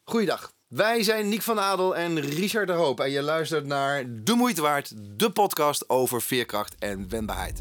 Goeiedag, wij zijn Niek van Adel en Richard de Hoop en je luistert naar De Moeite Waard, de podcast over veerkracht en wendbaarheid.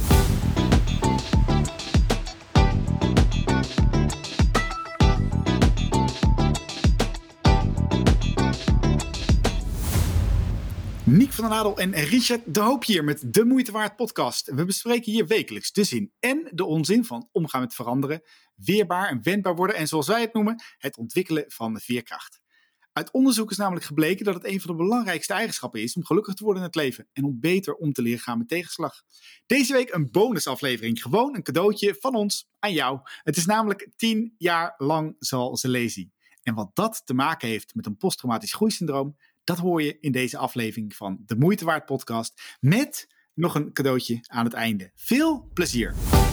Niek van Adel en Richard de Hoop hier met De Moeite Waard podcast. We bespreken hier wekelijks de zin en de onzin van omgaan met veranderen, weerbaar en wendbaar worden en zoals wij het noemen, het ontwikkelen van veerkracht. Uit onderzoek is namelijk gebleken dat het een van de belangrijkste eigenschappen is om gelukkig te worden in het leven en om beter om te leren gaan met tegenslag. Deze week een bonusaflevering, gewoon een cadeautje van ons aan jou. Het is namelijk 10 jaar lang zal ze lazy. En wat dat te maken heeft met een posttraumatisch groeisyndroom, dat hoor je in deze aflevering van De Moeite Waard podcast met nog een cadeautje aan het einde. Veel plezier!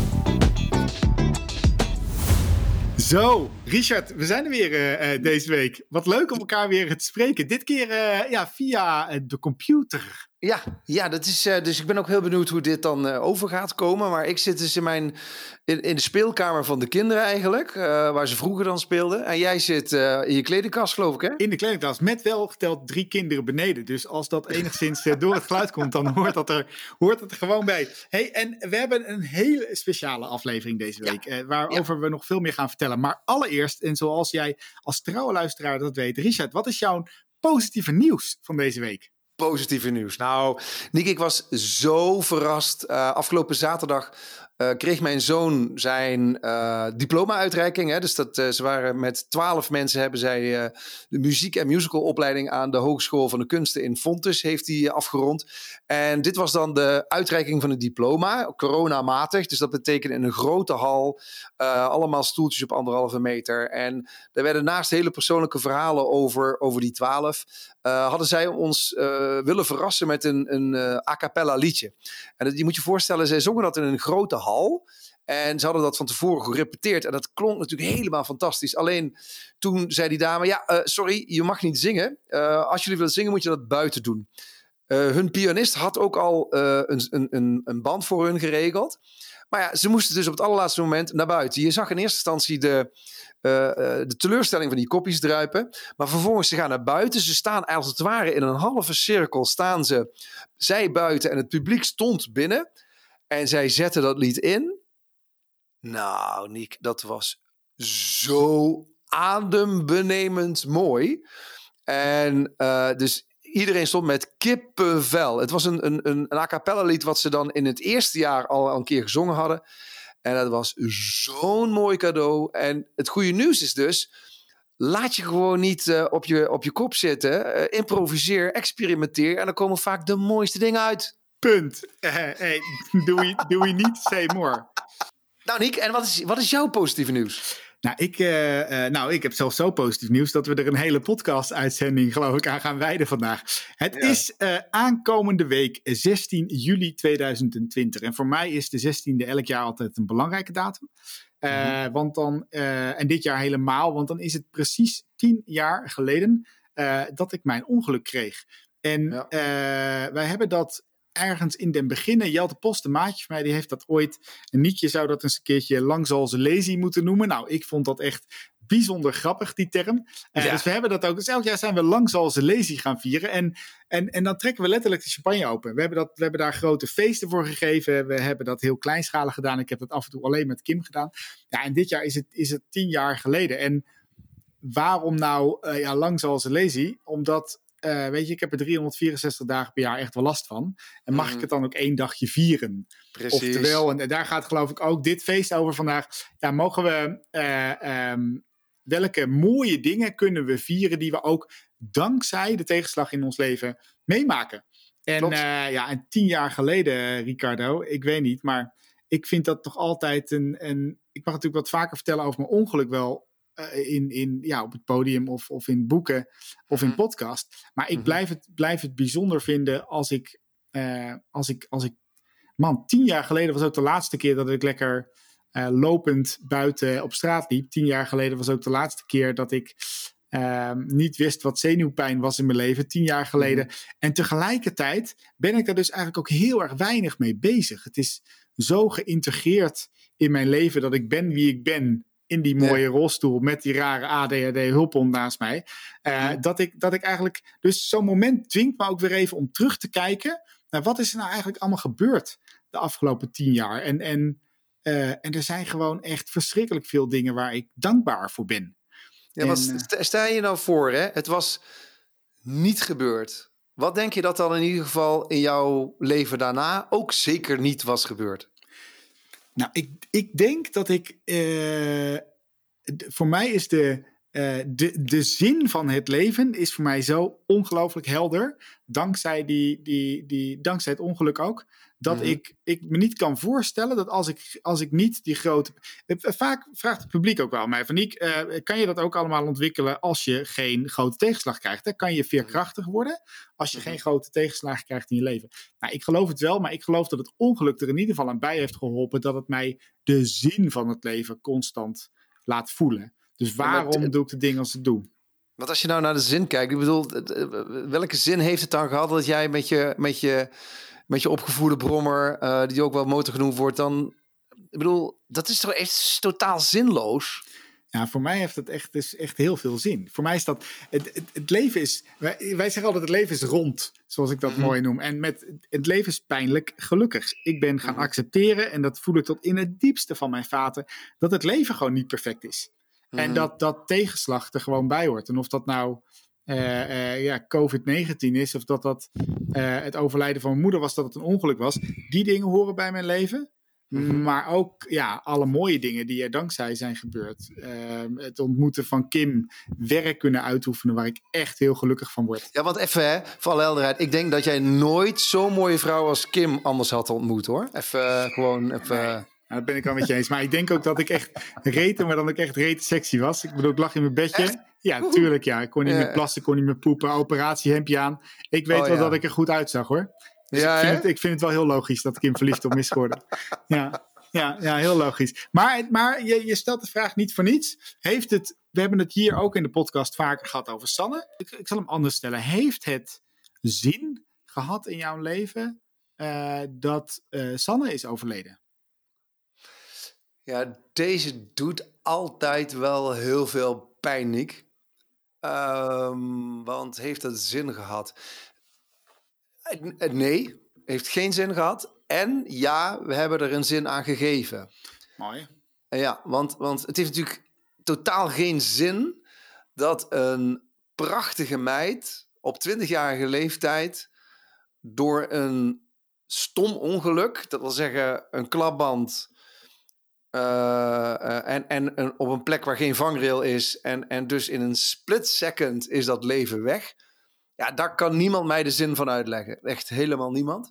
Zo, Richard, we zijn er weer deze week. Wat leuk om elkaar weer te spreken. Dit keer via de computer. Ja, dat is, dus ik ben ook heel benieuwd hoe dit dan over gaat komen. Maar ik zit dus in de speelkamer van de kinderen eigenlijk, waar ze vroeger dan speelden. En jij zit in je kledingkast, geloof ik, hè? In de kledingkast, met wel geteld 3 kinderen beneden. Dus als dat enigszins door het geluid komt, dan hoort dat er gewoon bij. Hey, en we hebben een hele speciale aflevering deze week, waarover we nog veel meer gaan vertellen. Maar allereerst, en zoals jij als trouwe luisteraar dat weet, Richard, wat is jouw positieve nieuws van deze week? Positieve nieuws. Nou, Niek, ik was zo verrast. Afgelopen zaterdag kreeg mijn zoon zijn diploma-uitreiking. Hè? Dus ze waren met 12 mensen hebben zij de muziek- en musicalopleiding aan de Hogeschool van de Kunsten in Fontys heeft hij afgerond. En dit was dan de uitreiking van het diploma, coronamatig. Dus dat betekent in een grote hal, allemaal stoeltjes op 1,5 meter. En er werden naast hele persoonlijke verhalen over die 12... hadden zij ons willen verrassen met een a cappella liedje. En je moet je voorstellen, zij zongen dat in een grote hal. En ze hadden dat van tevoren gerepeteerd. En dat klonk natuurlijk helemaal fantastisch. Alleen toen zei die dame, sorry, je mag niet zingen. Als jullie willen zingen, moet je dat buiten doen. Hun pianist had ook al een band voor hun geregeld. Maar ja, ze moesten dus op het allerlaatste moment naar buiten. Je zag in eerste instantie de teleurstelling van die kopjes druipen. Maar vervolgens, ze gaan naar buiten. Ze staan als het ware in een halve cirkel. Staan zij buiten en het publiek stond binnen. En zij zetten dat lied in. Nou, Niek, dat was zo adembenemend mooi. En dus iedereen stond met kippenvel. Het was een a cappella lied wat ze dan in het eerste jaar al een keer gezongen hadden. En dat was zo'n mooi cadeau. En het goede nieuws is dus, laat je gewoon niet op je kop zitten. Improviseer, experimenteer. En dan komen vaak de mooiste dingen uit. Punt. Hey, doe we niet say more. Nou, Niek, en wat is jouw positieve nieuws? Nou, ik heb zelfs zo positief nieuws dat we er een hele podcast-uitzending, geloof ik, aan gaan wijden vandaag. Het is aankomende week 16 juli 2020. En voor mij is de 16e elk jaar altijd een belangrijke datum. Want dan, en dit jaar helemaal, want dan is het precies 10 jaar geleden dat ik mijn ongeluk kreeg. En wij hebben dat ergens in den beginnen, Jelte Post, een maatje van mij, die heeft dat ooit, een Nietje zou dat eens een keertje lang zal ze lazy moeten noemen. Nou, ik vond dat echt bijzonder grappig, die term. Dus we hebben dat ook, dus elk jaar zijn we lang zal ze lazy gaan vieren. En dan trekken we letterlijk de champagne open. We hebben daar grote feesten voor gegeven. We hebben dat heel kleinschalig gedaan. Ik heb dat af en toe alleen met Kim gedaan. Ja, en dit jaar is het 10 jaar geleden. En waarom nou lang zal ze lazy? Omdat weet je, ik heb er 364 dagen per jaar echt wel last van. En mag ik het dan ook 1 dagje vieren? Precies. Oftewel, en daar gaat geloof ik ook dit feest over vandaag. Ja, mogen we, welke mooie dingen kunnen we vieren die we ook dankzij de tegenslag in ons leven meemaken? En en 10 jaar geleden, Ricardo, ik weet niet, maar ik vind dat toch altijd ik mag natuurlijk wat vaker vertellen over mijn ongeluk wel. Op het podium of in boeken of in podcast. Maar ik blijf het bijzonder vinden als ik 10 jaar geleden was ook de laatste keer dat ik lekker lopend buiten op straat liep. 10 jaar geleden was ook de laatste keer dat ik niet wist wat zenuwpijn was in mijn leven. 10 jaar geleden. En tegelijkertijd ben ik daar dus eigenlijk ook heel erg weinig mee bezig. Het is zo geïntegreerd in mijn leven dat ik ben wie ik ben. in die mooie rolstoel met die rare ADHD-hulphond naast mij. Dat ik eigenlijk... Dus zo'n moment dwingt me ook weer even om terug te kijken naar wat is er nou eigenlijk allemaal gebeurd de afgelopen 10 jaar. En er zijn gewoon echt verschrikkelijk veel dingen waar ik dankbaar voor ben. Ja, maar stel je nou voor, hè? Het was niet gebeurd. Wat denk je dat dan in ieder geval in jouw leven daarna ook zeker niet was gebeurd? Nou, ik denk dat ik... voor mij is de zin van het leven is voor mij zo ongelooflijk helder. Dankzij, dankzij het ongeluk ook. Dat ik me niet kan voorstellen dat als ik niet die grote... Vaak vraagt het publiek ook wel mij van Niek, kan je dat ook allemaal ontwikkelen als je geen grote tegenslag krijgt? Hè? Kan je veerkrachtig worden als je geen grote tegenslagen krijgt in je leven? Nou, ik geloof het wel, maar ik geloof dat het ongeluk er in ieder geval aan bij heeft geholpen dat het mij de zin van het leven constant laat voelen. Dus waarom doe ik de dingen als ik doe? Want als je nou naar de zin kijkt, ik bedoel, welke zin heeft het dan gehad dat jij met je opgevoerde brommer, die ook wel motor genoemd wordt, dan, ik bedoel, dat is toch echt totaal zinloos? Ja, voor mij heeft het echt heel veel zin. Voor mij is dat, het leven is, wij zeggen altijd het leven is rond, zoals ik dat mooi noem. En het leven is pijnlijk gelukkig. Ik ben gaan accepteren, en dat voel ik tot in het diepste van mijn vaten, dat het leven gewoon niet perfect is. En dat tegenslag er gewoon bij hoort. En of dat nou COVID-19 is, of dat het overlijden van mijn moeder was, dat het een ongeluk was. Die dingen horen bij mijn leven. Maar ook alle mooie dingen die er dankzij zijn gebeurd. Het ontmoeten van Kim, werk kunnen uitoefenen waar ik echt heel gelukkig van word. Ja, want even voor alle helderheid. Ik denk dat jij nooit zo'n mooie vrouw als Kim anders had ontmoet, hoor. Even. Nou, dat ben ik wel met je eens. Maar ik denk ook dat ik echt rete, maar dan ik echt rete sexy was. Ik bedoel, ik lag in mijn bedje. Echt? Ja, tuurlijk ja. Ik kon niet meer plassen, kon niet meer poepen. Operatiehemdje aan. Ik weet wel dat ik er goed uitzag, hoor. Dus ik vind het wel heel logisch dat Kim verliefd op me is geworden. Ja, heel logisch. Maar je stelt de vraag niet voor niets. We hebben het hier ook in de podcast vaker gehad over Sanne. Ik zal hem anders stellen. Heeft het zin gehad in jouw leven dat Sanne is overleden? Ja, deze doet altijd wel heel veel pijn, Niek. Want heeft het zin gehad? Nee, heeft geen zin gehad. En ja, we hebben er een zin aan gegeven. Mooi. Ja, want het heeft natuurlijk totaal geen zin dat een prachtige meid op 20-jarige leeftijd door een stom ongeluk, dat wil zeggen een klapband, en op een plek waar geen vangrail is en dus in een split second is dat leven weg. Ja, daar kan niemand mij de zin van uitleggen. Echt helemaal niemand.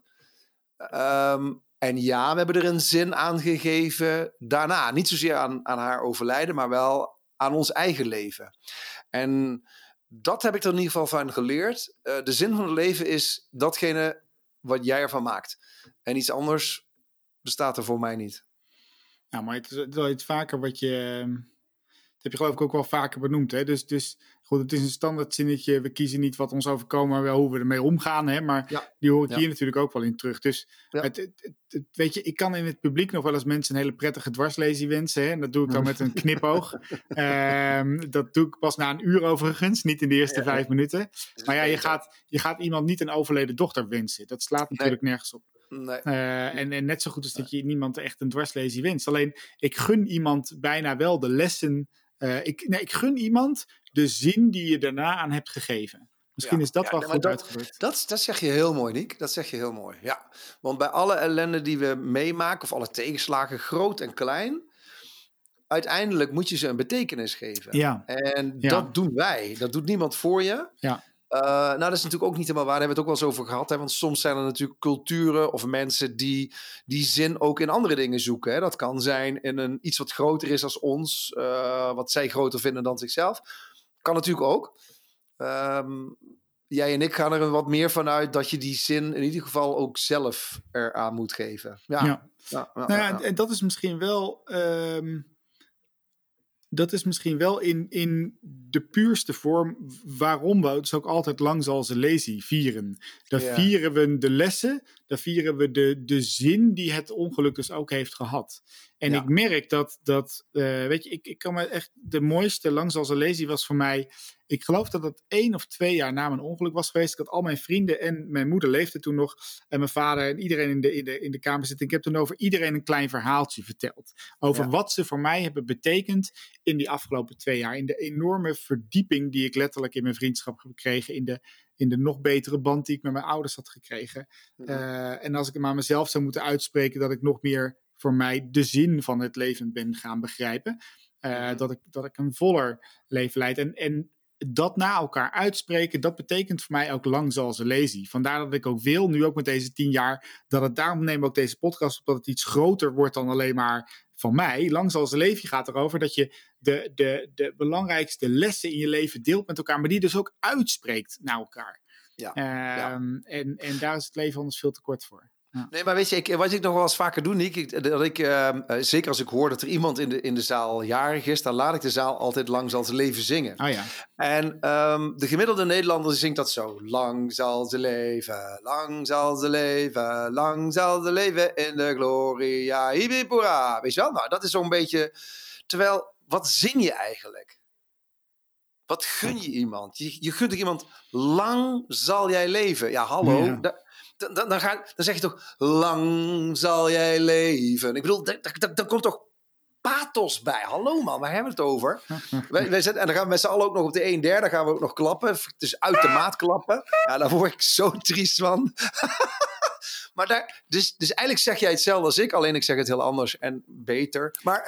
En ja, we hebben er een zin aan gegeven daarna. Niet zozeer aan haar overlijden, maar wel aan ons eigen leven. En dat heb ik er in ieder geval van geleerd. De zin van het leven is datgene wat jij ervan maakt. En iets anders bestaat er voor mij niet. Ja, maar het is wel iets vaker wat je... Dat heb je geloof ik ook wel vaker benoemd. Hè? Dus goed, het is een standaard zinnetje. We kiezen niet wat ons overkomen, maar wel hoe we ermee omgaan. Hè? Maar die hoor ik hier natuurlijk ook wel in terug. Dus weet je, ik kan in het publiek nog wel eens mensen een hele prettige dwarslezing wensen. Hè? En dat doe ik dan met een knipoog. Dat doe ik pas na een uur overigens, niet in de eerste 5 minuten. Maar ja, je gaat iemand niet een overleden dochter wensen. Dat slaat natuurlijk nergens op. Nee. En net zo goed als dat je niemand echt een dwarslezing wenst. Alleen, ik gun iemand bijna wel de lessen... ik gun iemand de zin die je daarna aan hebt gegeven. Misschien is dat wel goed uitgedrukt. Dat zeg je heel mooi, Niek. Dat zeg je heel mooi, ja. Want bij alle ellende die we meemaken, of alle tegenslagen, groot en klein, uiteindelijk moet je ze een betekenis geven. Ja. En dat doen wij. Dat doet niemand voor je. Ja. Nou, dat is natuurlijk ook niet helemaal waar. Daar hebben we het ook wel eens over gehad. Hè? Want soms zijn er natuurlijk culturen of mensen die zin ook in andere dingen zoeken. Hè? Dat kan zijn in iets wat groter is als ons. Wat zij groter vinden dan zichzelf. Kan natuurlijk ook. Jij en ik gaan er wat meer van uit dat je die zin in ieder geval ook zelf eraan moet geven. En dat is misschien wel... Dat is misschien wel in de puurste vorm waarom we het ook altijd lang zal ze lazy vieren. Dan vieren we de lessen, dan vieren we de zin die het ongeluk dus ook heeft gehad. En ik merk dat weet je, ik kan me echt, de mooiste Lang zal ze lezen was voor mij, ik geloof dat het 1 of 2 jaar na mijn ongeluk was geweest. Ik had al mijn vrienden en mijn moeder leefde toen nog en mijn vader en iedereen in de kamer zitten. Ik heb toen over iedereen een klein verhaaltje verteld. Over wat ze voor mij hebben betekend in die afgelopen 2 jaar. In de enorme verdieping die ik letterlijk in mijn vriendschap heb gekregen. In de nog betere band die ik met mijn ouders had gekregen. En als ik het maar mezelf zou moeten uitspreken, dat ik nog meer voor mij de zin van het leven ben gaan begrijpen. Dat ik een voller leven leid. En dat na elkaar uitspreken, dat betekent voor mij ook Lang zal ze lezen. Vandaar dat ik ook wil, nu ook met deze 10 jaar, dat het, daarom neem ik ook deze podcast op, dat het iets groter wordt dan alleen maar van mij. Lang zal ze leven gaat erover dat je de belangrijkste lessen in je leven deelt met elkaar, maar die dus ook uitspreekt naar elkaar. En daar is het leven anders veel te kort voor. Ja. Nee, maar weet je, wat ik nog wel eens vaker doe, Nick, zeker als ik hoor dat er iemand in de zaal jarig is, dan laat ik de zaal altijd Lang zal ze leven zingen. Oh ja. En de gemiddelde Nederlander zingt dat zo. Lang zal ze leven, lang zal ze leven, lang zal ze leven in de gloria, ibipura. Weet je wel? Nou, dat is zo'n beetje. Terwijl, wat zing je eigenlijk? Wat gun je iemand? Je gunt toch iemand, lang zal jij leven. Ja, hallo. Ja. Dan zeg je toch, lang zal jij leven. Ik bedoel, daar komt toch pathos bij. Hallo man, waar hebben we het over? wij zetten, en dan gaan we met z'n allen ook nog op de 1/3 gaan we ook nog klappen. Dus uit de maat klappen. Ja, daar word ik zo triest van. Maar dus eigenlijk zeg jij hetzelfde als ik, alleen ik zeg het heel anders en beter. Maar,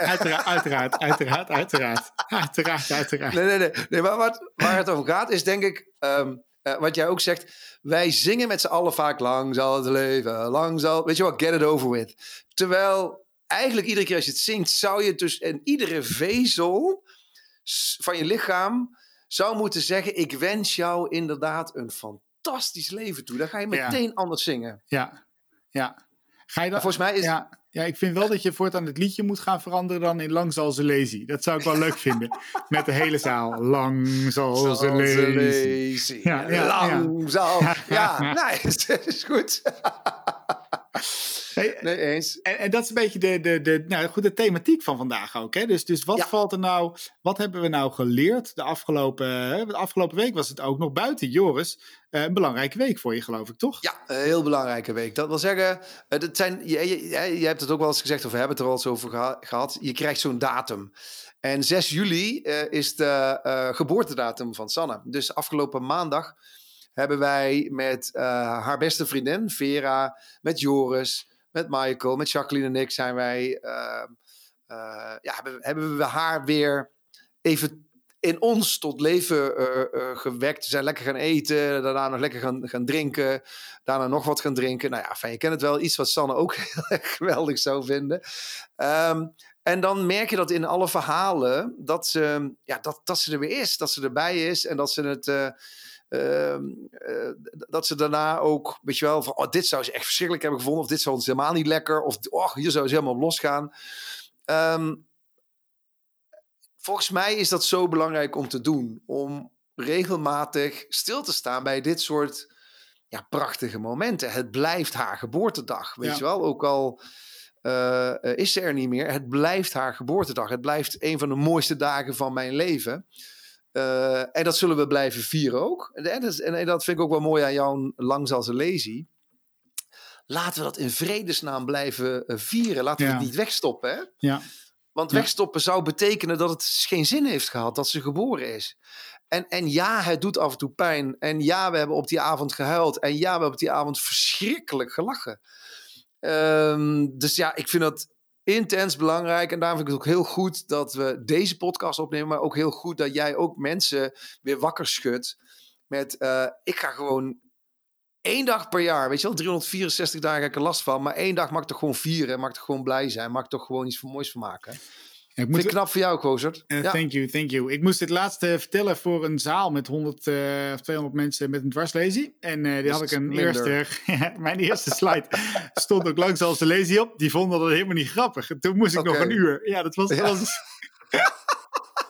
Uiteraard. Nee, maar waar het over gaat is denk ik, wat jij ook zegt, wij zingen met z'n allen vaak lang zal het leven, lang zal, weet je wat, get it over with. Terwijl eigenlijk iedere keer als je het zingt, zou je dus in iedere vezel van je lichaam zou moeten zeggen, ik wens jou inderdaad een fantastisch leven toe. Dan ga je meteen anders zingen. Ja. Ga je dan, volgens mij is... Ja, ik vind wel dat je voortaan het liedje moet gaan veranderen dan in Lang zal ze lezen. Dat zou ik wel leuk vinden. Met de hele zaal. Lang zal ze lezen. Lang zal... Ja, nee, dat is goed. Nee, eens. En dat is een beetje de thematiek van vandaag ook. Hè? Dus wat valt er nou? Wat hebben we nou geleerd? De afgelopen week was het ook nog buiten Joris. Een belangrijke week voor je, geloof ik, toch? Ja, een heel belangrijke week. Dat wil zeggen, je hebt het ook wel eens gezegd, of we hebben het er al eens over gehad. Je krijgt zo'n datum. En 6 juli is de geboortedatum van Sanne. Dus afgelopen maandag hebben wij met haar beste vriendin, Vera, met Joris, met Michael, met Jacqueline en ik zijn wij, hebben we haar weer even in ons tot leven gewekt. We zijn lekker gaan eten, daarna nog lekker gaan drinken, daarna nog wat gaan drinken. Nou ja, je kent het wel, iets wat Sanne ook heel erg geweldig zou vinden. En dan merk je dat in alle verhalen, dat ze er weer is, dat ze erbij is en dat ze het... dat ze daarna ook, weet je wel, van dit zou ze echt verschrikkelijk hebben gevonden, of dit zou ons helemaal niet lekker, of hier zou ze helemaal op losgaan. Volgens mij is dat zo belangrijk om te doen, om regelmatig stil te staan bij dit soort prachtige momenten. Het blijft haar geboortedag, weet je wel, ook al is ze er niet meer, het blijft haar geboortedag. Het blijft een van de mooiste dagen van mijn leven. En dat zullen we blijven vieren ook. En dat vind ik ook wel mooi aan jou, Lang zal ze lezen. Laten we dat in vredesnaam blijven vieren. Laten we het niet wegstoppen. Hè? Ja. Want wegstoppen zou betekenen dat het geen zin heeft gehad. Dat ze geboren is. En ja, het doet af en toe pijn. En ja, we hebben op die avond gehuild. En ja, we hebben op die avond verschrikkelijk gelachen. Dus ja, ik vind dat intens belangrijk. En daarom vind ik het ook heel goed dat we deze podcast opnemen. Maar ook heel goed dat jij ook mensen weer wakker schudt. Met ik ga gewoon 1 dag per jaar. Weet je wel, 364 dagen heb ik er last van. Maar 1 dag mag ik toch gewoon vieren. Mag ik toch gewoon blij zijn. Mag ik toch gewoon iets moois van maken. Vind ik knap voor jou, Gozert. Thank you. Ik moest dit laatste vertellen voor een zaal met 100 of 200 mensen met een dwarslesie. En die had ik mijn eerste slide stond ook Lang zal ze lezen op. Die vonden dat helemaal niet grappig. En toen moest ik nog een uur. Ja, dat was...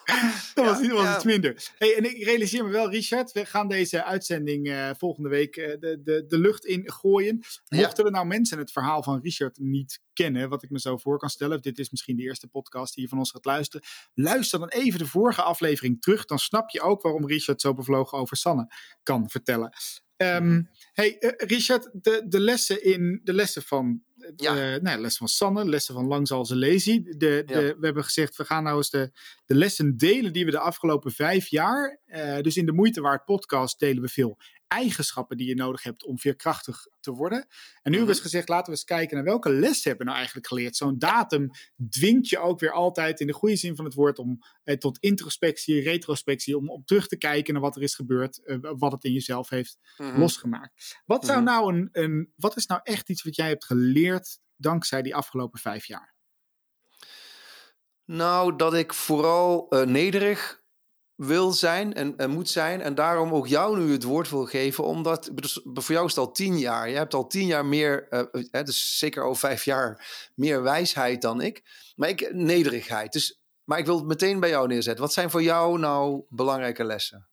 Dat was iets minder. Hey, en ik realiseer me wel, Richard, we gaan deze uitzending volgende week de lucht in gooien. Mochten er nou mensen het verhaal van Richard niet kennen, wat ik me zo voor kan stellen, dit is misschien de eerste podcast die je van ons gaat luisteren, luister dan even de vorige aflevering terug, dan snap je ook waarom Richard zo bevlogen over Sanne kan vertellen. Richard, de lessen van lessen van Sanne, lessen van Lang zal ze lezen. We hebben gezegd, we gaan nou eens de lessen delen die we de afgelopen 5 jaar, dus in de Moeite Waard podcast delen we veel eigenschappen die je nodig hebt om veerkrachtig te worden. En nu hebben we eens gezegd, laten we eens kijken naar welke lessen hebben we nou eigenlijk geleerd. Zo'n datum dwingt je ook weer altijd in de goede zin van het woord om tot introspectie, retrospectie, om terug te kijken naar wat er is gebeurd, wat het in jezelf heeft losgemaakt. Wat zou nou wat is nou echt iets wat jij hebt geleerd dankzij die afgelopen 5 jaar? Nou, dat ik vooral nederig wil zijn en moet zijn. En daarom ook jou nu het woord wil geven. Omdat, voor jou is het al 10 jaar. Je hebt al 10 jaar meer, dus zeker al 5 jaar meer wijsheid dan ik. Maar ik nederigheid. Dus, maar ik wil het meteen bij jou neerzetten. Wat zijn voor jou nou belangrijke lessen?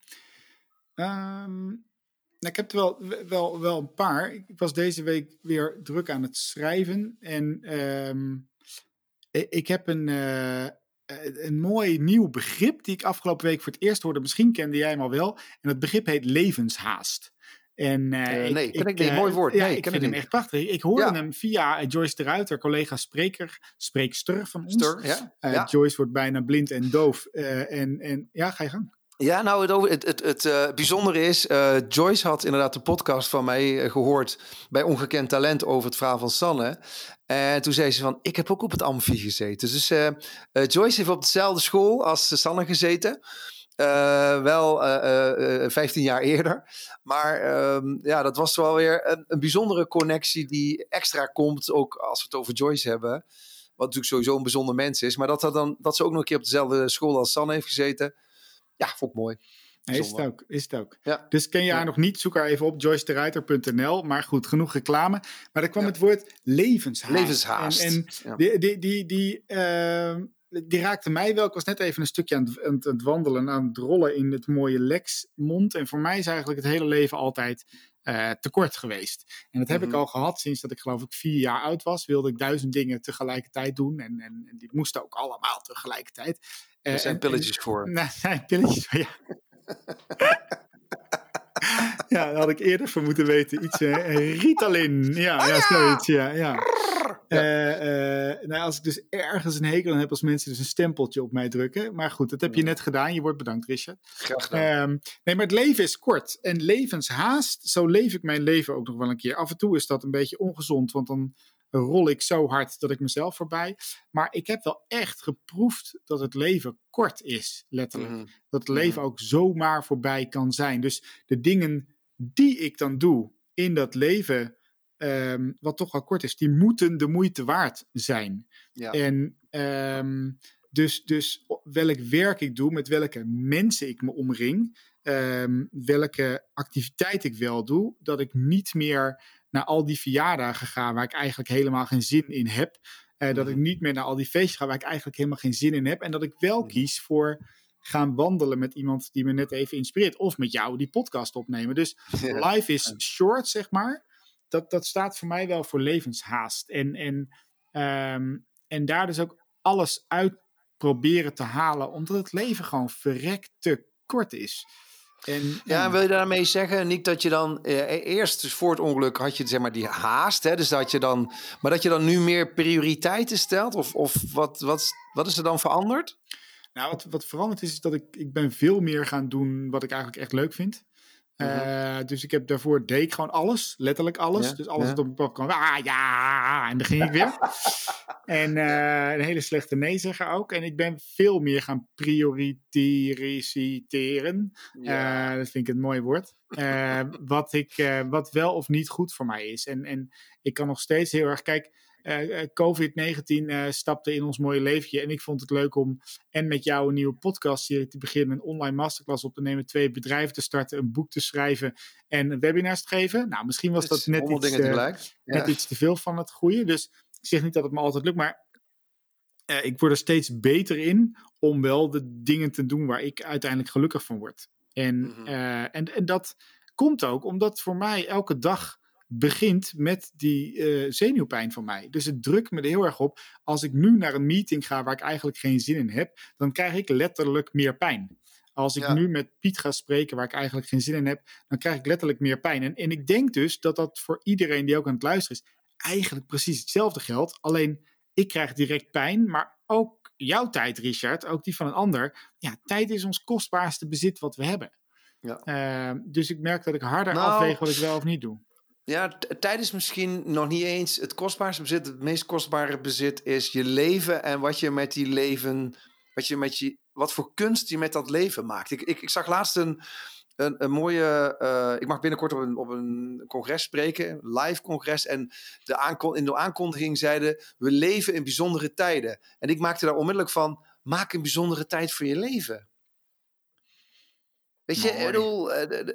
Ik heb er wel een paar. Ik was deze week weer druk aan het schrijven. En ik heb een mooi nieuw begrip die ik afgelopen week voor het eerst hoorde. Misschien kende jij hem al wel. En dat begrip heet levenshaast. En, nee, ken ik niet. Mooi woord. Nee, ik vind hem echt prachtig. Ik hoorde hem via Joyce de Ruiter, collega spreekster van ons. Joyce wordt bijna blind en doof. Ga je gang. Ja, nou, het bijzondere is, Joyce had inderdaad de podcast van mij gehoord bij Ongekend Talent over het verhaal van Sanne. En toen zei ze van, ik heb ook op het Amfi gezeten. Dus Joyce heeft op dezelfde school als Sanne gezeten. Wel 15 jaar eerder. Maar dat was wel weer een bijzondere connectie die extra komt, ook als we het over Joyce hebben. Wat natuurlijk sowieso een bijzonder mens is. Maar dat ze ook nog een keer op dezelfde school als Sanne heeft gezeten. Ja, vond ik mooi. Is het ook. Ja. Dus ken je haar nog niet, zoek haar even op, joycederuiter.nl. Maar goed, genoeg reclame. Maar dan kwam het woord levenshaast. Levenshaast. Die raakte mij wel. Ik was net even een stukje aan het wandelen, aan het rollen in het mooie Lexmond. En voor mij is eigenlijk het hele leven altijd tekort geweest. En dat heb ik al gehad sinds dat ik geloof ik 4 jaar oud was. Wilde ik 1000 dingen tegelijkertijd doen. En die moesten ook allemaal tegelijkertijd. Er zijn pilletjes voor. Nee, pilletjes voor, ja. Ja, dat had ik eerder voor moeten weten. Iets Ritalin. Zoiets. Als ik dus ergens een hekel aan heb als mensen dus een stempeltje op mij drukken. Maar goed, dat heb je net gedaan. Je wordt bedankt, Richard. Graag gedaan. Maar het leven is kort. En levenshaast, zo leef ik mijn leven ook nog wel een keer. Af en toe is dat een beetje ongezond, want dan rol ik zo hard dat ik mezelf voorbij. Maar ik heb wel echt geproefd dat het leven kort is, letterlijk. Dat het leven ook zomaar voorbij kan zijn. Dus de dingen die ik dan doe in dat leven, wat toch al kort is, die moeten de moeite waard zijn. Ja. En dus welk werk ik doe, met welke mensen ik me omring, welke activiteit ik wel doe, dat ik niet meer naar al die verjaardagen ga waar ik eigenlijk helemaal geen zin in heb. Dat ik niet meer naar al die feestjes ga waar ik eigenlijk helemaal geen zin in heb. En dat ik wel kies voor gaan wandelen met iemand die me net even inspireert. Of met jou die podcast opnemen. Dus life is short, zeg maar. Dat staat voor mij wel voor levenshaast. En daar dus ook alles uit proberen te halen. Omdat het leven gewoon verrekt te kort is. En wil je daarmee zeggen, Nick, dat je dan eerst dus voor het ongeluk had je zeg maar die haast, hè? Dus dat je dan, maar dat je dan nu meer prioriteiten stelt? Of wat is er dan veranderd? Nou, wat veranderd is dat ik ben veel meer gaan doen wat ik eigenlijk echt leuk vind. Dus ik heb daarvoor deed ik gewoon alles, letterlijk alles. Ja, dus alles wat op mijn pad kwam, en dan ging ik weer. En een hele slechte nee zeggen ook. En ik ben veel meer gaan prioriteren. Dat vind ik een mooi woord. Wat wel of niet goed voor mij is. En ik kan nog steeds heel erg, kijk, COVID-19 stapte in ons mooie leventje. En ik vond het leuk om met jou een nieuwe podcastserie te beginnen, een online masterclass op te nemen, 2 bedrijven te starten, een boek te schrijven en webinars te geven. Nou, misschien was dat net iets te veel van het goede. Dus ik zeg niet dat het me altijd lukt, maar ik word er steeds beter in om wel de dingen te doen waar ik uiteindelijk gelukkig van word. En dat komt ook omdat voor mij elke dag begint met die zenuwpijn van mij. Dus het drukt me er heel erg op. Als ik nu naar een meeting ga waar ik eigenlijk geen zin in heb, dan krijg ik letterlijk meer pijn. Als ik nu met Piet ga spreken waar ik eigenlijk geen zin in heb, dan krijg ik letterlijk meer pijn. En ik denk dus dat dat voor iedereen die ook aan het luisteren is, eigenlijk precies hetzelfde geldt. Alleen ik krijg direct pijn, maar ook jouw tijd, Richard, ook die van een ander. Ja, tijd is ons kostbaarste bezit wat we hebben. Ja. Dus ik merk dat ik harder afweeg wat ik wel of niet doe. Ja, tijd is misschien nog niet eens het kostbaarste bezit. Het meest kostbare bezit is je leven en wat je met die leven, wat voor kunst je met dat leven maakt. Ik zag laatst een mooie. Ik mag binnenkort op een congres spreken, een live congres. En in de aankondiging zeiden: we leven in bijzondere tijden. En ik maakte daar onmiddellijk van: maak een bijzondere tijd voor je leven. Weet je, ik bedoel,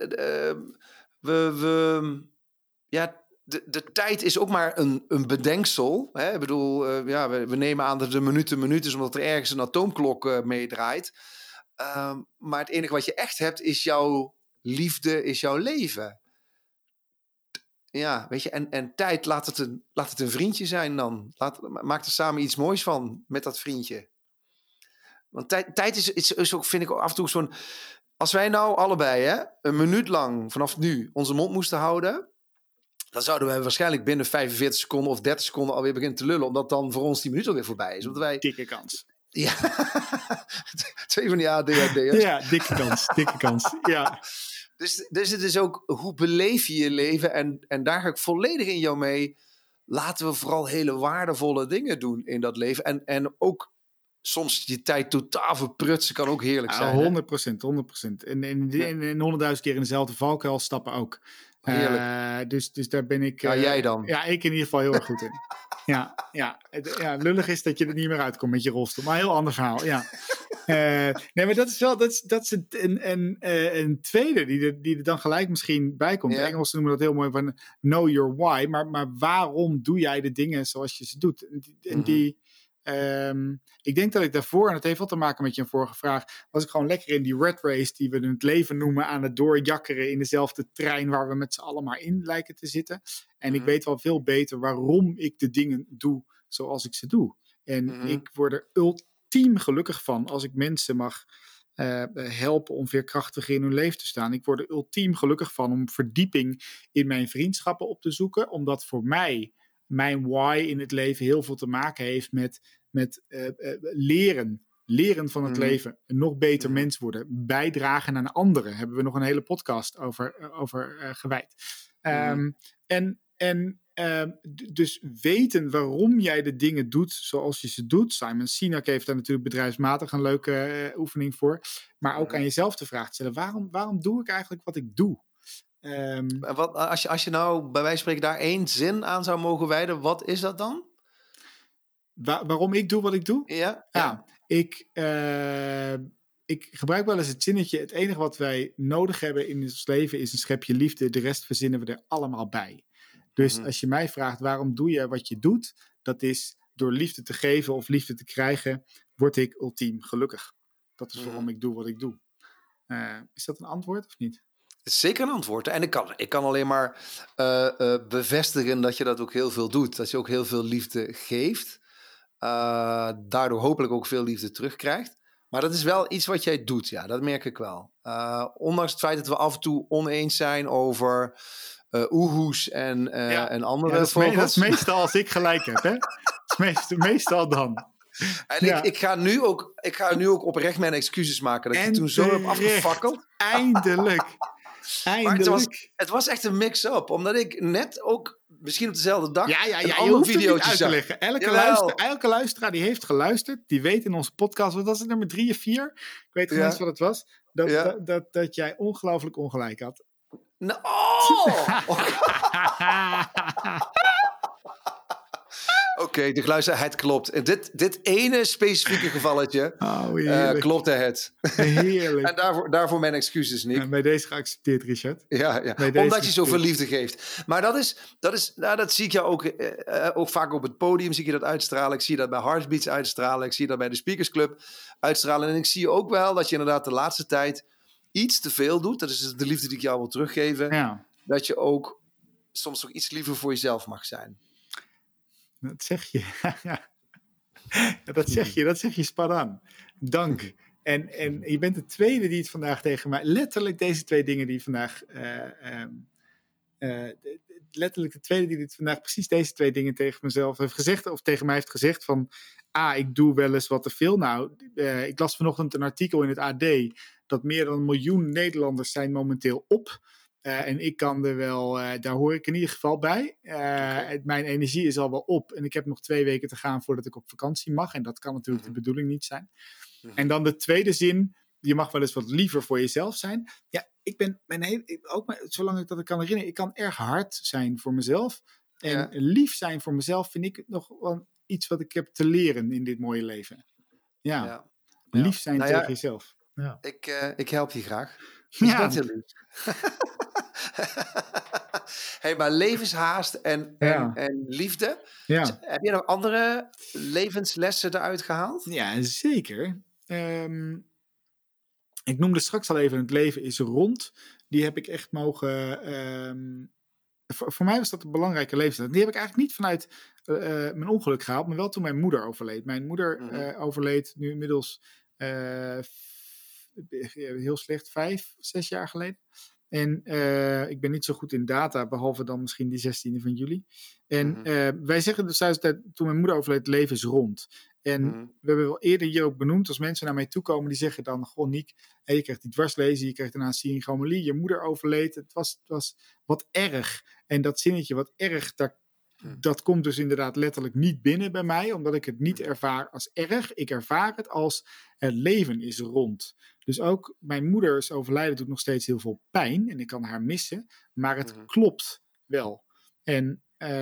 de tijd is ook maar een bedenksel. Hè? Ik bedoel, we nemen aan dat de minuut is omdat er ergens een atoomklok meedraait. Maar het enige wat je echt hebt is jouw liefde, is jouw leven. Ja, weet je, en tijd, laat het een vriendje zijn dan. Maak er samen iets moois van met dat vriendje. Want tijd is ook, vind ik af en toe zo'n... Als wij nou allebei een minuut lang vanaf nu onze mond moesten houden, dan zouden we waarschijnlijk binnen 45 seconden of 30 seconden alweer beginnen te lullen, omdat dan voor ons die minuut alweer voorbij is. Omdat wij... Dikke kans. Ja, 2 van die ADHD'ers. Ja, dikke kans. Ja. Dus het is ook, hoe beleef je je leven? En daar ga ik volledig in jou mee. Laten we vooral hele waardevolle dingen doen in dat leven. En ook soms je tijd totaal verprutsen kan ook heerlijk zijn. 100%. En 100.000 keer in dezelfde valkuil stappen ook. Dus daar ben ik... Ja, jij dan? Ja, ik in ieder geval heel erg goed in. Ja, lullig is dat je er niet meer uitkomt met je rolstoel. Maar een heel ander verhaal, ja. Nee, maar dat is wel... Dat is een tweede die er dan gelijk misschien bij komt. De Engelsen noemen dat heel mooi van know your why. Maar waarom doe jij de dingen zoals je ze doet? En ik denk dat ik daarvoor, en het heeft wat te maken met je vorige vraag, was ik gewoon lekker in die rat race die we het leven noemen, aan het doorjakkeren in dezelfde trein waar we met z'n allen maar in lijken te zitten. En ik weet wel veel beter waarom ik de dingen doe zoals ik ze doe. En ik word er ultiem gelukkig van als ik mensen mag helpen om veerkrachtiger in hun leven te staan. Ik word er ultiem gelukkig van om verdieping in mijn vriendschappen op te zoeken, omdat voor mij mijn why in het leven heel veel te maken heeft met leren van het leven, een nog beter mens worden, bijdragen aan anderen. Hebben we nog een hele podcast over gewijd. Dus weten waarom jij de dingen doet zoals je ze doet. Simon Sinek heeft daar natuurlijk bedrijfsmatig een leuke oefening voor. Maar ook aan jezelf de vraag te stellen, waarom doe ik eigenlijk wat ik doe? Als je nou bij wijze van spreken daar 1 zin aan zou mogen wijden, wat is dat dan? Waarom ik doe wat ik doe? Ja. Ik gebruik wel eens het zinnetje, het enige wat wij nodig hebben in ons leven is een schepje liefde, de rest verzinnen we er allemaal bij. Dus als je mij vraagt waarom doe je wat je doet, dat is door liefde te geven of liefde te krijgen, word ik ultiem gelukkig. Dat is waarom ik doe wat ik doe. Is dat een antwoord of niet? Zeker een antwoord. En ik kan alleen maar bevestigen dat je dat ook heel veel doet. Dat je ook heel veel liefde geeft. Daardoor hopelijk ook veel liefde terugkrijgt. Maar dat is wel iets wat jij doet, ja, dat merk ik wel. Ondanks het feit dat we af en toe oneens zijn over oehoes en andere vogels. Dat is meestal als ik gelijk heb, hè? Meestal dan. En ik ga nu ook oprecht mijn excuses maken dat je toen zo heb afgefakkeld. Eindelijk. Maar het was echt een mix-up. Omdat ik net ook, misschien op dezelfde dag, een ander videootje zag. Elke luisteraar die heeft geluisterd, die weet in onze podcast, wat was het, nummer 3 of 4? Ik weet niet eens wat het was. Dat jij ongelooflijk ongelijk had. Oké, de luister, het klopt. En dit ene specifieke gevalletje klopte het. Heerlijk. En daarvoor mijn excuses, Nick. En bij deze geaccepteerd, Richard. Ja. Omdat je zoveel liefde geeft. Maar dat zie ik jou ook vaak op het podium. Zie je dat uitstralen. Ik zie dat bij Heartbeats uitstralen. Ik zie dat bij de Speakers Club uitstralen. En ik zie ook wel dat je inderdaad de laatste tijd iets te veel doet. Dat is de liefde die ik jou wil teruggeven. Ja. Dat je ook soms nog iets liever voor jezelf mag zijn. Dat zeg je. Dat zeg je spot aan. Dank. En je bent de tweede die het vandaag tegen mij... Letterlijk deze twee dingen die vandaag... letterlijk de tweede die het vandaag precies deze twee dingen tegen mezelf heeft gezegd. Of tegen mij heeft gezegd van... ik doe wel eens wat te veel. Nou, ik las vanochtend een artikel in het AD... dat meer dan 1 miljoen Nederlanders zijn momenteel op... en ik kan er wel, daar hoor ik in ieder geval bij. Mijn energie is al wel op. En ik heb nog 2 weken te gaan voordat ik op vakantie mag. En dat kan natuurlijk de bedoeling niet zijn. En dan de tweede zin. Je mag wel eens wat liever voor jezelf zijn. Ja, ik ben zolang ik dat kan herinneren. Ik kan erg hard zijn voor mezelf. En lief zijn voor mezelf vind ik nog wel iets wat ik heb te leren in dit mooie leven. Ja. Lief zijn tegen jezelf. Ja. Ik help je graag. Ja. Dat is heel lief. Hey, maar levenshaast en liefde. Ja. Heb je nog andere levenslessen eruit gehaald? Ja, zeker. Ik noemde straks al even: het leven is rond. Die heb ik echt mogen... voor mij was dat een belangrijke levensles. Die heb ik eigenlijk niet vanuit mijn ongeluk gehaald, maar wel toen mijn moeder overleed. Mijn moeder overleed nu inmiddels heel slecht 5, 6 jaar geleden. En ik ben niet zo goed in data, behalve dan misschien die 16e van juli. En wij zeggen dus thuis dat toen mijn moeder overleed, het leven is rond. En we hebben wel eerder hier ook benoemd, als mensen naar mij toe komen, die zeggen dan: goh, Niek, je krijgt die dwarslezen, je krijgt daarna syringomelie, je moeder overleed. Het was wat erg. En dat zinnetje wat erg, dat komt dus inderdaad letterlijk niet binnen bij mij, omdat ik het niet ervaar als erg. Ik ervaar het als het leven is rond. Dus ook mijn moeders overlijden doet nog steeds heel veel pijn en ik kan haar missen, maar het klopt wel. En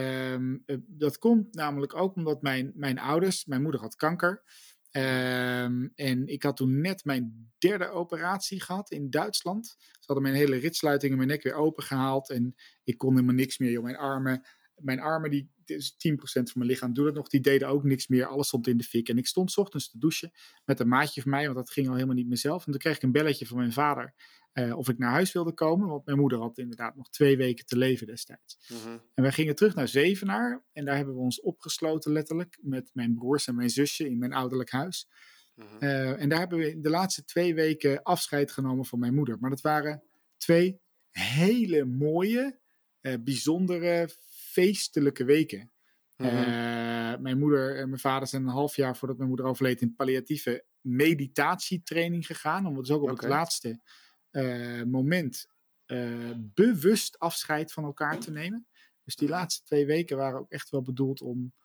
dat komt namelijk ook omdat mijn ouders, mijn moeder had kanker. En ik had toen net mijn 3e operatie gehad in Duitsland. Ze hadden mijn hele ritsluiting in mijn nek weer opengehaald en ik kon helemaal niks meer. Mijn armen, die is 10% van mijn lichaam, doe dat nog. Die deden ook niks meer. Alles stond in de fik. En ik stond 's ochtends te douchen met een maatje van mij, want dat ging al helemaal niet mezelf. En toen kreeg ik een belletje van mijn vader of ik naar huis wilde komen. Want mijn moeder had inderdaad nog 2 weken te leven destijds. En wij gingen terug naar Zevenaar. En daar hebben we ons opgesloten letterlijk met mijn broers en mijn zusje in mijn ouderlijk huis. En daar hebben we de laatste 2 weken afscheid genomen van mijn moeder. Maar dat waren 2 hele mooie, bijzondere, feestelijke weken. Mijn moeder en mijn vader zijn een half jaar voordat mijn moeder overleed in palliatieve meditatietraining gegaan. Om dus ook op het laatste moment bewust afscheid van elkaar te nemen. Dus die laatste 2 weken waren ook echt wel bedoeld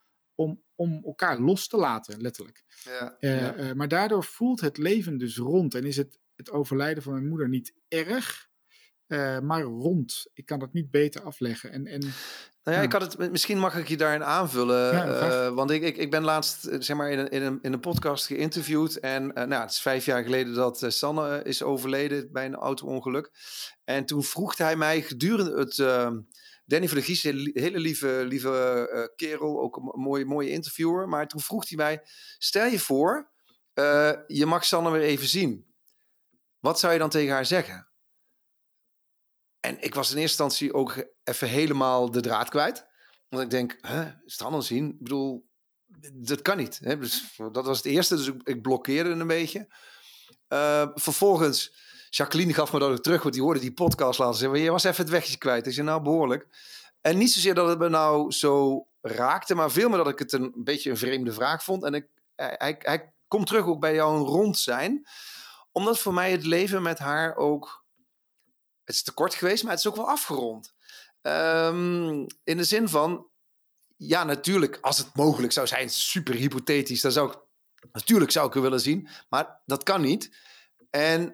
om elkaar los te laten, letterlijk. Maar daardoor voelt het leven dus rond. En is het overlijden van mijn moeder niet erg, maar rond. Ik kan het niet beter afleggen. Ik had het, misschien mag ik je daarin aanvullen. Want ik ben laatst zeg maar in een podcast geïnterviewd. En het is 5 jaar geleden dat Sanne is overleden bij een auto-ongeluk. En toen vroeg hij mij gedurende het... Danny van der Gies, een hele lieve kerel. Ook een mooie interviewer. Maar toen vroeg hij mij: stel je voor, je mag Sanne weer even zien. Wat zou je dan tegen haar zeggen? En ik was in eerste instantie ook even helemaal de draad kwijt. Want ik denk, Sanne zien? Ik bedoel, dat kan niet. Hè? Dus dat was het eerste, dus ik blokkeerde een beetje. Vervolgens, Jacqueline gaf me dat ook terug, want die hoorde die podcast laten zeggen. Je was even het wegje kwijt. Ik zei, nou, behoorlijk. En niet zozeer dat het me nou zo raakte, maar veel meer dat ik het een beetje een vreemde vraag vond. En hij komt terug ook bij jou een rond zijn. Omdat voor mij het leven met haar ook... Het is te kort geweest, maar het is ook wel afgerond. In de zin van... Ja, natuurlijk, als het mogelijk zou zijn, super hypothetisch, dan zou ik er willen zien. Maar dat kan niet. En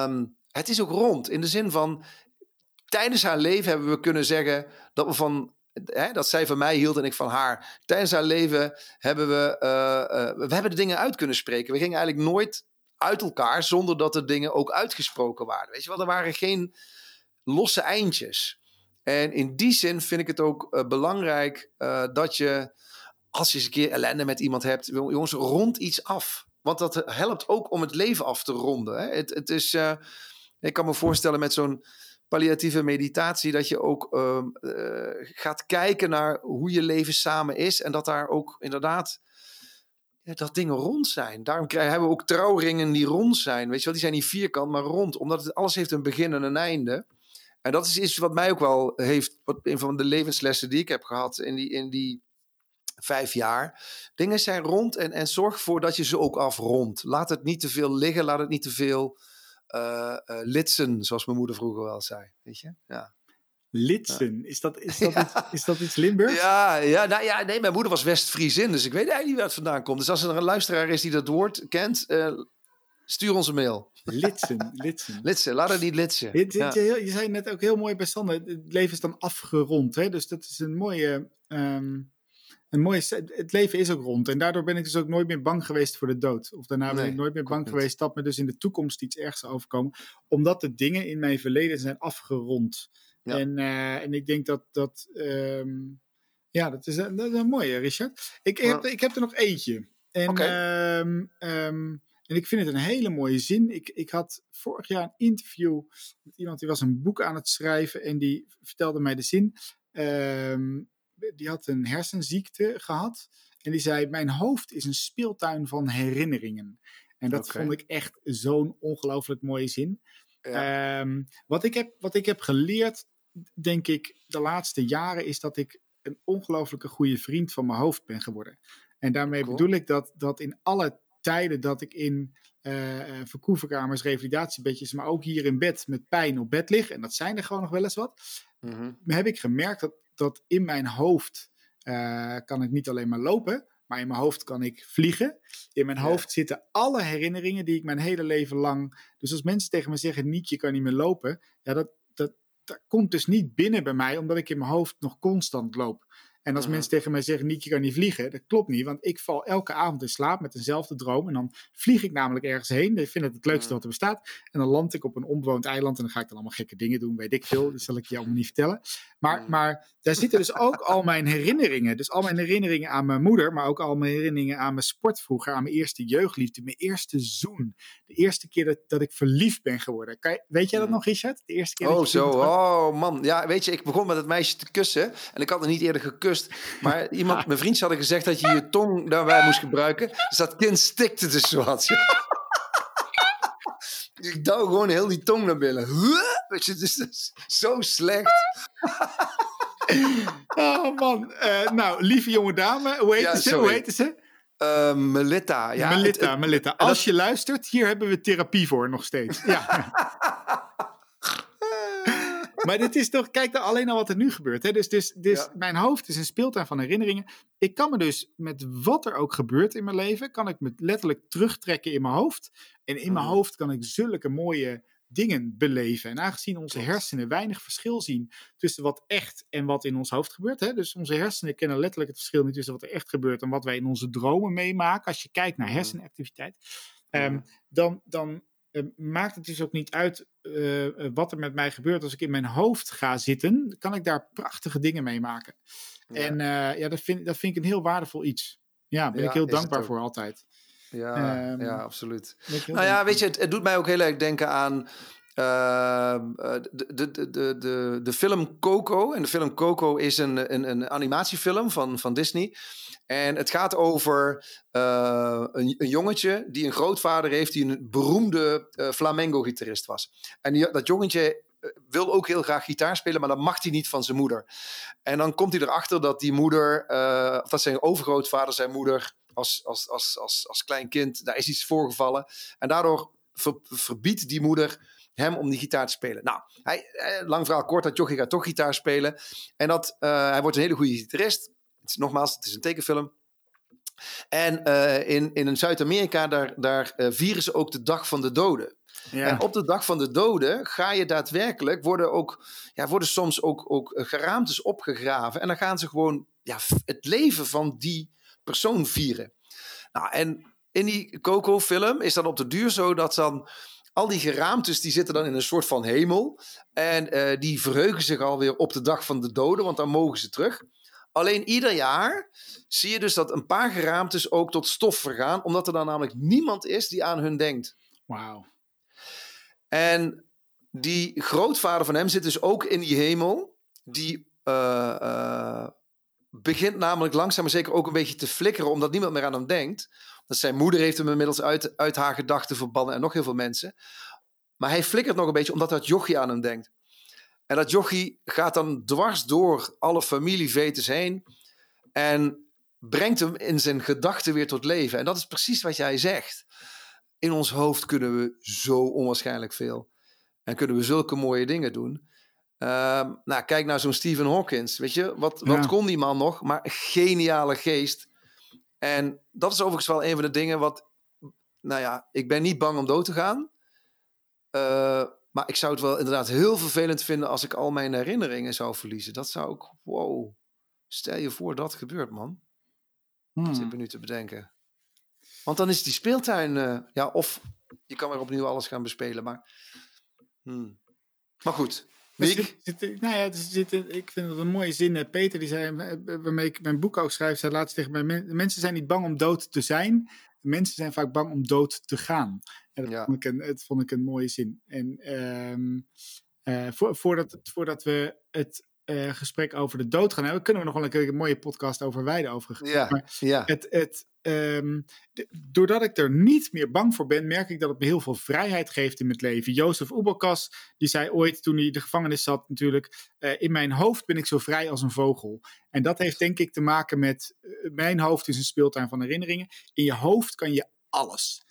het is ook rond. In de zin van... Tijdens haar leven hebben we kunnen zeggen dat we van dat zij van mij hield en ik van haar. Tijdens haar leven hebben we hebben de dingen uit kunnen spreken. We gingen eigenlijk nooit uit elkaar zonder dat de dingen ook uitgesproken waren. Weet je wel, er waren geen losse eindjes. En in die zin vind ik het ook belangrijk dat je, als je eens een keer ellende met iemand hebt, jongens, rond iets af. Want dat helpt ook om het leven af te ronden. Hè? Het is, ik kan me voorstellen met zo'n palliatieve meditatie dat je ook gaat kijken naar hoe je leven samen is. En dat daar ook inderdaad dat dingen rond zijn. Daarom hebben we ook trouwringen die rond zijn. Weet je wel, die zijn niet vierkant, maar rond. Omdat alles heeft een begin en een einde. En dat is iets wat mij ook wel heeft, een van de levenslessen die ik heb gehad in die 5 jaar. Dingen zijn rond en zorg ervoor dat je ze ook afrondt. Laat het niet te veel liggen, laat het niet te veel litsen, zoals mijn moeder vroeger wel zei. Weet je? Ja. Litsen, ja. Is dat iets Limburgs? Nee, mijn moeder was West-Friesin, dus ik weet eigenlijk niet waar het vandaan komt. Dus als er een luisteraar is die dat woord kent, stuur ons een mail. Litsen, laat het niet litsen. Je zei net ook heel mooi bij Sander, het leven is dan afgerond. Hè? Dus dat is een mooie... het leven is ook rond. En daardoor ben ik dus ook nooit meer bang geweest voor de dood. Of daarna ben ik nooit meer bang geweest dat me dus in de toekomst iets ergs zou overkomen. Omdat de dingen in mijn verleden zijn afgerond. Ja. En ik denk dat dat is een mooie, Richard. Ik heb er nog eentje. En ik vind het een hele mooie zin. Ik had vorig jaar een interview met iemand die was een boek aan het schrijven. En die vertelde mij de zin. Die had een hersenziekte gehad. En die zei, mijn hoofd is een speeltuin van herinneringen. En dat vond ik echt zo'n ongelooflijk mooie zin. Ja. Wat ik heb geleerd, denk ik, de laatste jaren, is dat ik een ongelooflijke goede vriend van mijn hoofd ben geworden. En daarmee bedoel ik dat in alle tijden dat ik in verkoeverkamers, revalidatiebedjes, maar ook hier in bed met pijn op bed lig, en dat zijn er gewoon nog wel eens wat, heb ik gemerkt dat in mijn hoofd kan ik niet alleen maar lopen, maar in mijn hoofd kan ik vliegen. In mijn hoofd zitten alle herinneringen die ik mijn hele leven lang... Dus als mensen tegen me zeggen, Niek, je kan niet meer lopen, ja, dat komt dus niet binnen bij mij, omdat ik in mijn hoofd nog constant loop. En als mensen tegen mij zeggen, Niek, je kan niet vliegen, dat klopt niet, want ik val elke avond in slaap met dezelfde droom en dan vlieg ik namelijk ergens heen. Ik vind het leukste wat er bestaat. En dan land ik op een onbewoond eiland en dan ga ik dan allemaal gekke dingen doen, weet ik veel. Dat zal ik je allemaal niet vertellen. Maar daar zitten dus ook al mijn herinneringen. Dus al mijn herinneringen aan mijn moeder, maar ook al mijn herinneringen aan mijn sport vroeger, aan mijn eerste jeugdliefde, mijn eerste zoen. De eerste keer dat ik verliefd ben geworden. Weet jij dat nog, Richard? De eerste keer Oh man. Ja, weet je, ik begon met het meisje te kussen en ik had nog niet eerder gekust. Maar mijn vriendjes hadden gezegd dat je je tong daarbij moest gebruiken. Dus dat kind stikte dus zoals. Ik douw gewoon heel die tong naar binnen. Weet je, dus dat is zo slecht. Oh man. Nou, lieve jonge dame. Hoe heette ze? Melita. Ja, Melita. Als je luistert, hier hebben we therapie voor nog steeds. Ja. Maar dit is toch, kijk dan alleen al wat er nu gebeurt. Hè? Dus mijn hoofd is een speeltuin van herinneringen. Ik kan me dus met wat er ook gebeurt in mijn leven, kan ik me letterlijk terugtrekken in mijn hoofd. En in mijn hoofd kan ik zulke mooie dingen beleven. En aangezien onze hersenen weinig verschil zien tussen wat echt en wat in ons hoofd gebeurt. Hè? Dus onze hersenen kennen letterlijk het verschil niet tussen wat er echt gebeurt en wat wij in onze dromen meemaken. Als je kijkt naar hersenactiviteit, dan maakt het dus ook niet uit wat er met mij gebeurt. Als ik in mijn hoofd ga zitten, kan ik daar prachtige dingen mee maken. Ja. En dat vind ik een heel waardevol iets. Ja, ben ik heel dankbaar voor altijd. Ja, absoluut. Nou ja, weet je, het doet mij ook heel erg denken aan de film Coco. En de film Coco is een animatiefilm van Disney. En het gaat over een jongetje die een grootvader heeft die een beroemde flamenco-gitarist was. En dat jongetje wil ook heel graag gitaar spelen, maar dat mag hij niet van zijn moeder. En dan komt hij erachter dat die moeder, of dat zijn overgrootvader zijn moeder als klein kind, daar is iets voorgevallen. En daardoor verbiedt die moeder hem om die gitaar te spelen. Nou, lang verhaal kort, dat jochie gaat toch gitaar spelen. En hij wordt een hele goede gitarist. Nogmaals, het is een tekenfilm. En in Zuid-Amerika, daar vieren ze ook de Dag van de Doden. En Ja. op de dag van de doden ga je daadwerkelijk, worden soms ook geraamtes opgegraven. En dan gaan ze gewoon het leven van die persoon vieren. Nou, en in die Coco-film is dan op de duur zo dat dan al die geraamtes die zitten dan in een soort van hemel. En die verheugen zich alweer op de dag van de doden, want dan mogen ze terug. Alleen ieder jaar zie je dus dat een paar geraamtes ook tot stof vergaan, omdat er dan namelijk niemand is die aan hun denkt. Wauw. En die grootvader van hem zit dus ook in die hemel. Die begint namelijk langzaam maar zeker ook een beetje te flikkeren, omdat niemand meer aan hem denkt. Dat zijn moeder heeft hem inmiddels uit haar gedachten verbannen en nog heel veel mensen. Maar hij flikkert nog een beetje omdat dat jochie aan hem denkt. En dat jochie gaat dan dwars door alle familievetes heen en brengt hem in zijn gedachten weer tot leven. En dat is precies wat jij zegt. In ons hoofd kunnen we zo onwaarschijnlijk veel. En kunnen we zulke mooie dingen doen. Nou, kijk naar zo'n Stephen Hawking. Weet je, wat kon die man nog? Maar een geniale geest. En dat is overigens wel een van de dingen wat... Nou ja, ik ben niet bang om dood te gaan. Maar ik zou het wel inderdaad heel vervelend vinden als ik al mijn herinneringen zou verliezen. Dat zou ook... Wow. Stel je voor dat gebeurt, man. Dat zit me nu te bedenken. Want dan is die speeltuin... of je kan weer opnieuw alles gaan bespelen. Maar goed... Ik vind het een mooie zin. Peter, die zei, waarmee ik mijn boek ook schrijf, zei laatst tegen mij: mensen zijn niet bang om dood te zijn. Mensen zijn vaak bang om dood te gaan. En dat vond ik een mooie zin. En voordat we het gesprek over de dood gaan hebben, kunnen we nog wel een keer een mooie podcast over Weiden over. Doordat ik er niet meer bang voor ben, merk ik dat het me heel veel vrijheid geeft in mijn leven. Jozef Oebalkas, die zei ooit toen hij in de gevangenis zat natuurlijk, in mijn hoofd ben ik zo vrij als een vogel. En dat heeft denk ik te maken met, mijn hoofd is een speeltuin van herinneringen. In je hoofd kan je alles.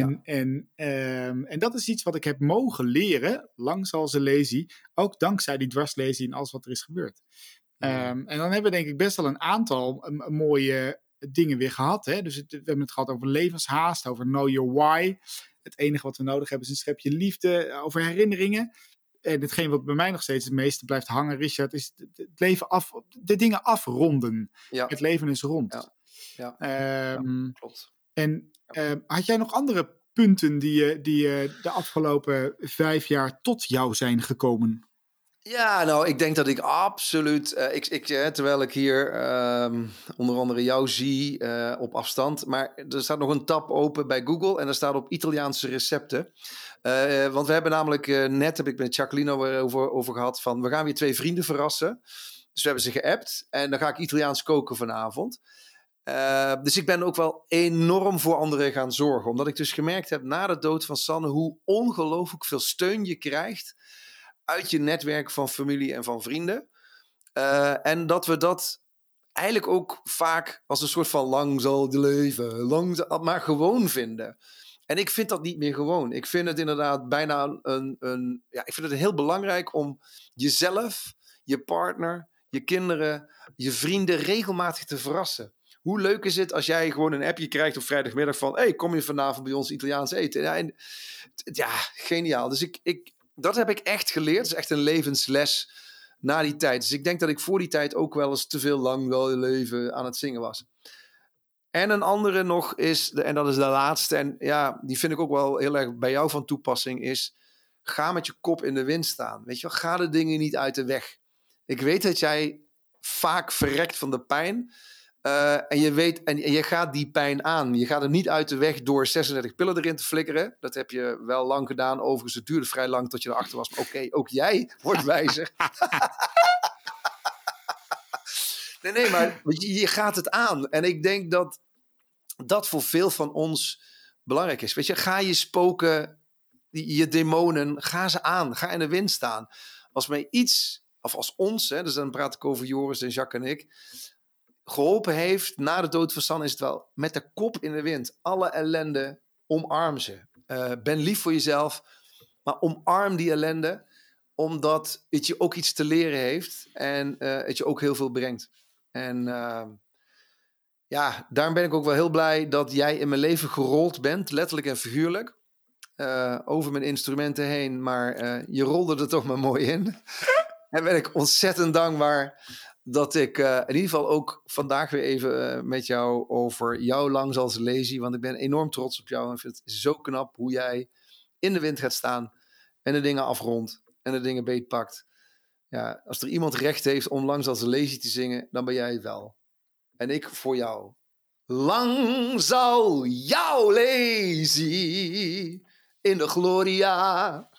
En dat is iets wat ik heb mogen leren, lang zal ze lezen, ook dankzij die dwarslezen en alles wat er is gebeurd. En dan hebben we denk ik best wel een aantal mooie dingen weer gehad. Hè? Dus we hebben het gehad over levenshaast, over know your why. Het enige wat we nodig hebben is een schepje liefde, over herinneringen. En hetgeen wat bij mij nog steeds het meeste blijft hangen, Richard, is het leven de dingen afronden. Ja. Het leven is rond. Klopt. En had jij nog andere punten die de afgelopen 5 jaar tot jou zijn gekomen? Ja, nou, ik denk dat ik absoluut... terwijl ik hier onder andere jou zie op afstand... maar er staat nog een tab open bij Google... en daar staat op Italiaanse recepten. Want we hebben namelijk... net heb ik met Jacqueline over gehad... van we gaan weer 2 vrienden verrassen. Dus we hebben ze geappt... en dan ga ik Italiaans koken vanavond. Dus ik ben ook wel enorm voor anderen gaan zorgen. Omdat ik dus gemerkt heb na de dood van Sanne... hoe ongelooflijk veel steun je krijgt... uit je netwerk van familie en van vrienden. En dat we dat eigenlijk ook vaak als een soort van lang zal je leven, maar gewoon vinden. En ik vind dat niet meer gewoon. Ik vind het inderdaad bijna ik vind het heel belangrijk om jezelf, je partner, je kinderen, je vrienden regelmatig te verrassen. Hoe leuk is het als jij gewoon een appje krijgt op vrijdagmiddag van... hey, kom je vanavond bij ons Italiaans eten? Ja, geniaal. Dus dat heb ik echt geleerd. Het is echt een levensles na die tijd. Dus ik denk dat ik voor die tijd ook wel eens te veel lang wel je leven aan het zingen was. En een andere nog is, en dat is de laatste... en ja, die vind ik ook wel heel erg bij jou van toepassing... is ga met je kop in de wind staan. Weet je wel, ga de dingen niet uit de weg. Ik weet dat jij vaak verrekt van de pijn... en je weet, en je gaat die pijn aan. Je gaat hem niet uit de weg door 36 pillen erin te flikkeren. Dat heb je wel lang gedaan. Overigens, het duurde vrij lang tot je erachter was. Maar oké, ook jij wordt wijzer. nee, maar je gaat het aan. En ik denk dat dat voor veel van ons belangrijk is. Weet je, ga je spoken, je demonen, ga ze aan. Ga in de wind staan. Als mij iets, of als ons, dus dan praat ik over Joris en Jacques en ik... geholpen heeft na de dood van Sanne is het wel met de kop in de wind. Alle ellende, omarm ze. Ben lief voor jezelf, maar omarm die ellende, omdat het je ook iets te leren heeft en het je ook heel veel brengt. En daarom ben ik ook wel heel blij dat jij in mijn leven gerold bent, letterlijk en figuurlijk. over mijn instrumenten heen, maar je rolde er toch maar mooi in. En ben ik ontzettend dankbaar dat ik in ieder geval ook vandaag weer even met jou over jou langs als lazy, want ik ben enorm trots op jou en vind het zo knap hoe jij in de wind gaat staan en de dingen afrondt en de dingen beetpakt. Ja, als er iemand recht heeft om langs als lazy te zingen, dan ben jij het wel. En ik voor jou. Lang zal jou lazy in de gloria.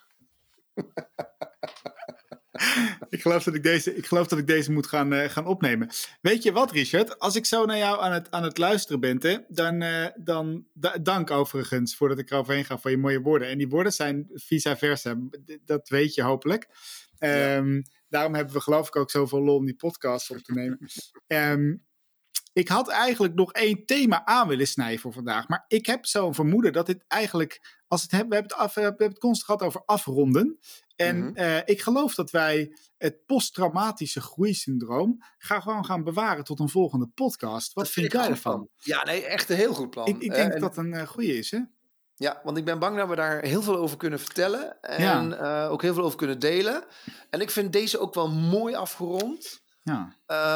Ik geloof dat ik deze moet gaan opnemen. Weet je wat, Richard? Als ik zo naar jou aan het luisteren ben, dan dank overigens voordat ik eroverheen ga voor je mooie woorden. En die woorden zijn vice versa. Dat weet je hopelijk. Daarom hebben we geloof ik ook zoveel lol om die podcast op te nemen. Ik had eigenlijk nog 1 thema aan willen snijden voor vandaag. Maar ik heb zo'n vermoeden dat dit eigenlijk... we hebben het constant gehad over afronden. En ik geloof dat wij het posttraumatische groeisyndroom gewoon gaan bewaren tot een volgende podcast. Wat vind jij ervan? Ja, nee, echt een heel goed plan. Ik denk dat dat een goede is, hè? Ja, want ik ben bang dat we daar heel veel over kunnen vertellen. En ook heel veel over kunnen delen. En ik vind deze ook wel mooi afgerond. Ja.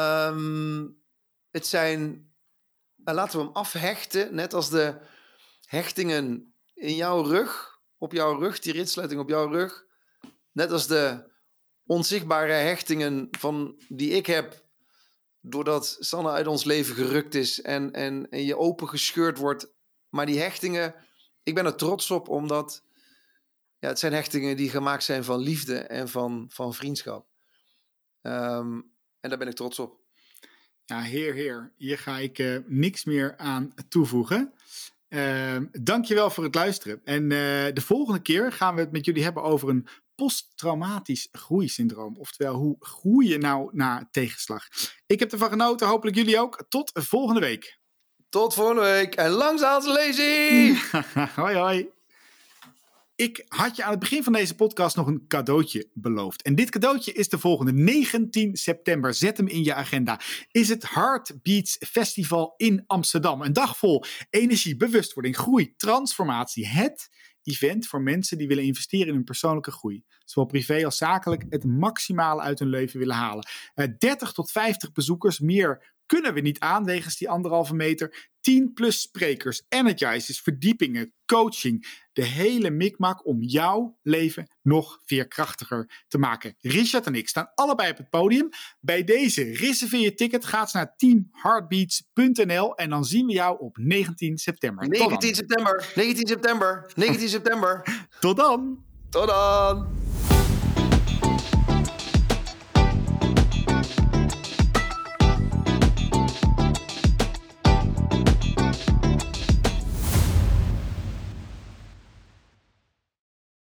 Het zijn... laten we hem afhechten. Net als de hechtingen in jouw rug. Op jouw rug. Die ritsluiting op jouw rug. Net als de onzichtbare hechtingen die ik heb. Doordat Sanne uit ons leven gerukt is. En je open gescheurd wordt. Maar die hechtingen... Ik ben er trots op, omdat het zijn hechtingen die gemaakt zijn van liefde en van vriendschap. En daar ben ik trots op. Ja, heer. Hier ga ik niks meer aan toevoegen. Dankjewel voor het luisteren. En de volgende keer gaan we het met jullie hebben over een posttraumatisch groeisyndroom. Oftewel, hoe groei je nou na tegenslag? Ik heb ervan genoten, hopelijk jullie ook. Tot volgende week. Tot volgende week. En langs als lazy! Hoi, hoi. Ik had je aan het begin van deze podcast nog een cadeautje beloofd. En dit cadeautje is de volgende. 19 september, zet hem in je agenda, is het Heartbeats Festival in Amsterdam. Een dag vol energie, bewustwording, groei, transformatie. Het event voor mensen die willen investeren in hun persoonlijke groei. Zowel privé als zakelijk het maximale uit hun leven willen halen. 30 tot 50 bezoekers, meer kunnen we niet aan wegens die 1,5 meter. 10 plus sprekers, energizers, verdiepingen, coaching. De hele mikmak om jouw leven nog veerkrachtiger te maken. Richard en ik staan allebei op het podium. Bij deze reserveer je ticket. Ga eens naar teamheartbeats.nl en dan zien we jou op 19 september. 19 september. Tot dan. Tot dan.